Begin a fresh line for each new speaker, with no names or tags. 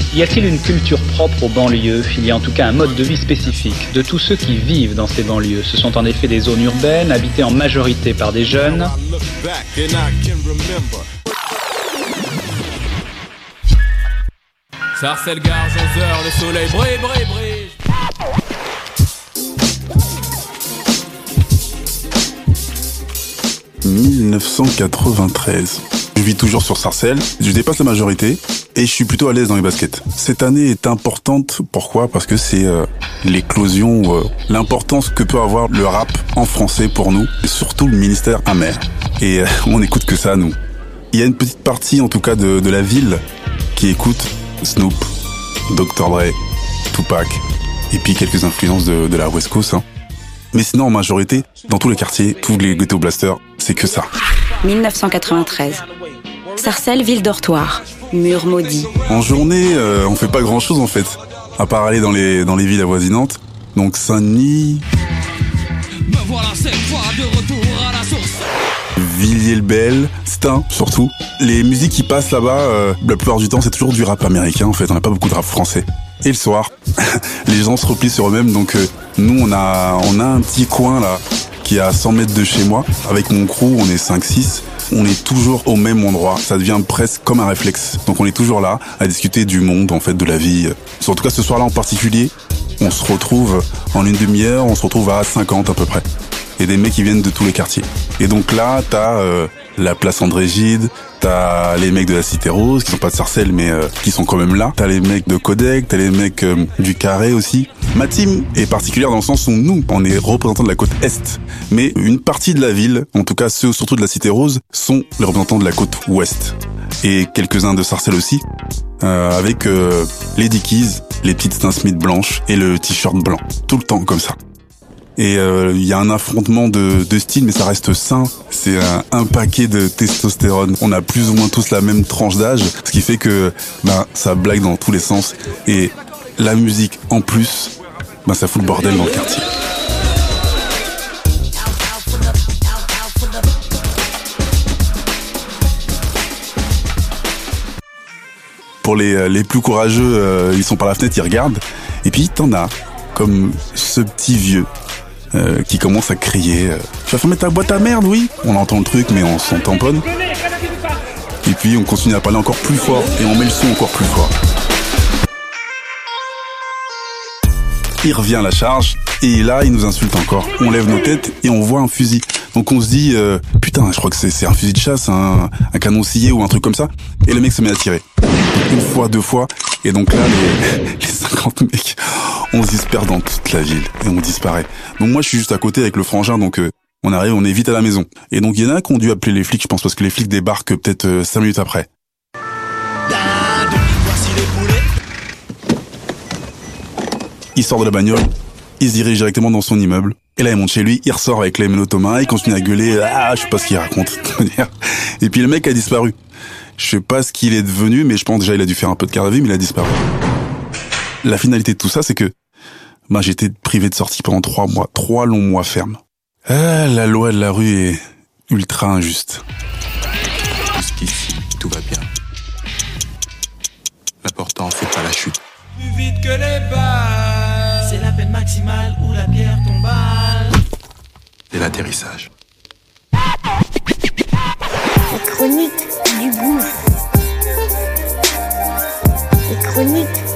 Y a-t-il une culture propre aux banlieues ? Il y a en tout cas un mode de vie spécifique de tous ceux qui vivent dans ces banlieues. Ce sont en effet des zones urbaines, habitées en majorité par des jeunes.
Sarcelles, gare, 11 heures, le soleil brille, brille, brille.
1993. Je vis toujours sur Sarcelles, je dépasse la majorité et je suis plutôt à l'aise dans les baskets. Cette année est importante, pourquoi ? Parce que c'est l'éclosion, l'importance que peut avoir le rap en français pour nous, et surtout le ministère amer. Et on n'écoute que ça, nous. Il y a une petite partie, en tout cas, de la ville qui écoute Snoop, Dr. Dre, Tupac, et puis quelques influences de la West Coast. Hein. Mais sinon, en majorité, dans tous les quartiers, tous les ghetto blasters, c'est que ça.
1993. Sarcelles, ville dortoir. Mur maudit.
En journée, on fait pas grand-chose en fait, à part aller dans les villes avoisinantes. Donc Saint-Denis,
Me voilà cette fois de retour à la source.
Villiers-le-Bel, Stein surtout. Les musiques qui passent là-bas, la plupart du temps, c'est toujours du rap américain en fait. On n'a pas beaucoup de rap français. Et le soir, les gens se replient sur eux-mêmes. Donc nous, on a un petit coin là qui est à 100 mètres de chez moi. Avec mon crew, on est 5-6. On est toujours au même endroit. Ça devient presque comme un réflexe. Donc on est toujours là à discuter du monde, en fait, de la vie. En tout cas, ce soir-là en particulier, on se retrouve en une demi-heure, on se retrouve à 50 à peu près. Et des mecs qui viennent de tous les quartiers. Et donc là, t'as la place André Gide, t'as les mecs de la Cité Rose, qui sont pas de Sarcelles, mais qui sont quand même là. T'as les mecs de Codec, t'as les mecs du Carré aussi. Ma team est particulière dans le sens où nous, on est représentants de la côte Est. Mais une partie de la ville, en tout cas ceux surtout de la Cité Rose, sont les représentants de la côte Ouest. Et quelques-uns de Sarcelles aussi, avec les Dickies, les petites Stan Smith blanches et le t-shirt blanc. Tout le temps comme ça. Et il y a un affrontement de style, mais ça reste sain. C'est un paquet de testostérone. On a plus ou moins tous la même tranche d'âge, ce qui fait que ça blague dans tous les sens. Et la musique, en plus, ça fout le bordel dans le quartier. Pour les plus courageux, ils sont par la fenêtre, ils regardent. Et puis t'en as, comme ce petit vieux qui commence à crier tu vas fermer ta boîte à merde, oui. On entend le truc, mais on s'en tamponne. Et puis on continue à parler encore plus fort et on met le son encore plus fort. Il revient à la charge et là il nous insulte encore. On lève nos têtes et on voit un fusil. Donc on se dit putain, je crois que c'est un fusil de chasse, un canon scié ou un truc comme ça. Et le mec se met à tirer. Une fois, deux fois. Et donc là les 50 mecs, on se disperse dans toute la ville et on disparaît. Donc moi je suis juste à côté avec le frangin, donc on arrive, on est vite à la maison. Et donc il y en a qui ont dû appeler les flics, je pense, parce que les flics débarquent peut-être 5 minutes après. Il sort de la bagnole, il se dirige directement dans son immeuble. Et là, il monte chez lui, il ressort avec les menottes aux mains, il continue à gueuler. Je sais pas ce qu'il raconte. Et puis le mec a disparu. Je sais pas ce qu'il est devenu, mais je pense déjà il a dû faire un peu de garde à vue, mais il a disparu. La finalité de tout ça, c'est que j'ai été privé de sortie pendant 3 mois, 3 longs mois fermes. La loi de la rue est ultra injuste.
Jusqu'ici, tout va bien. L'important, c'est pas la chute.
Plus vite que les balles. C'est la peine maximale ou la pierre tombale.
C'est l'atterrissage.
La chronique du gouffre. La chronique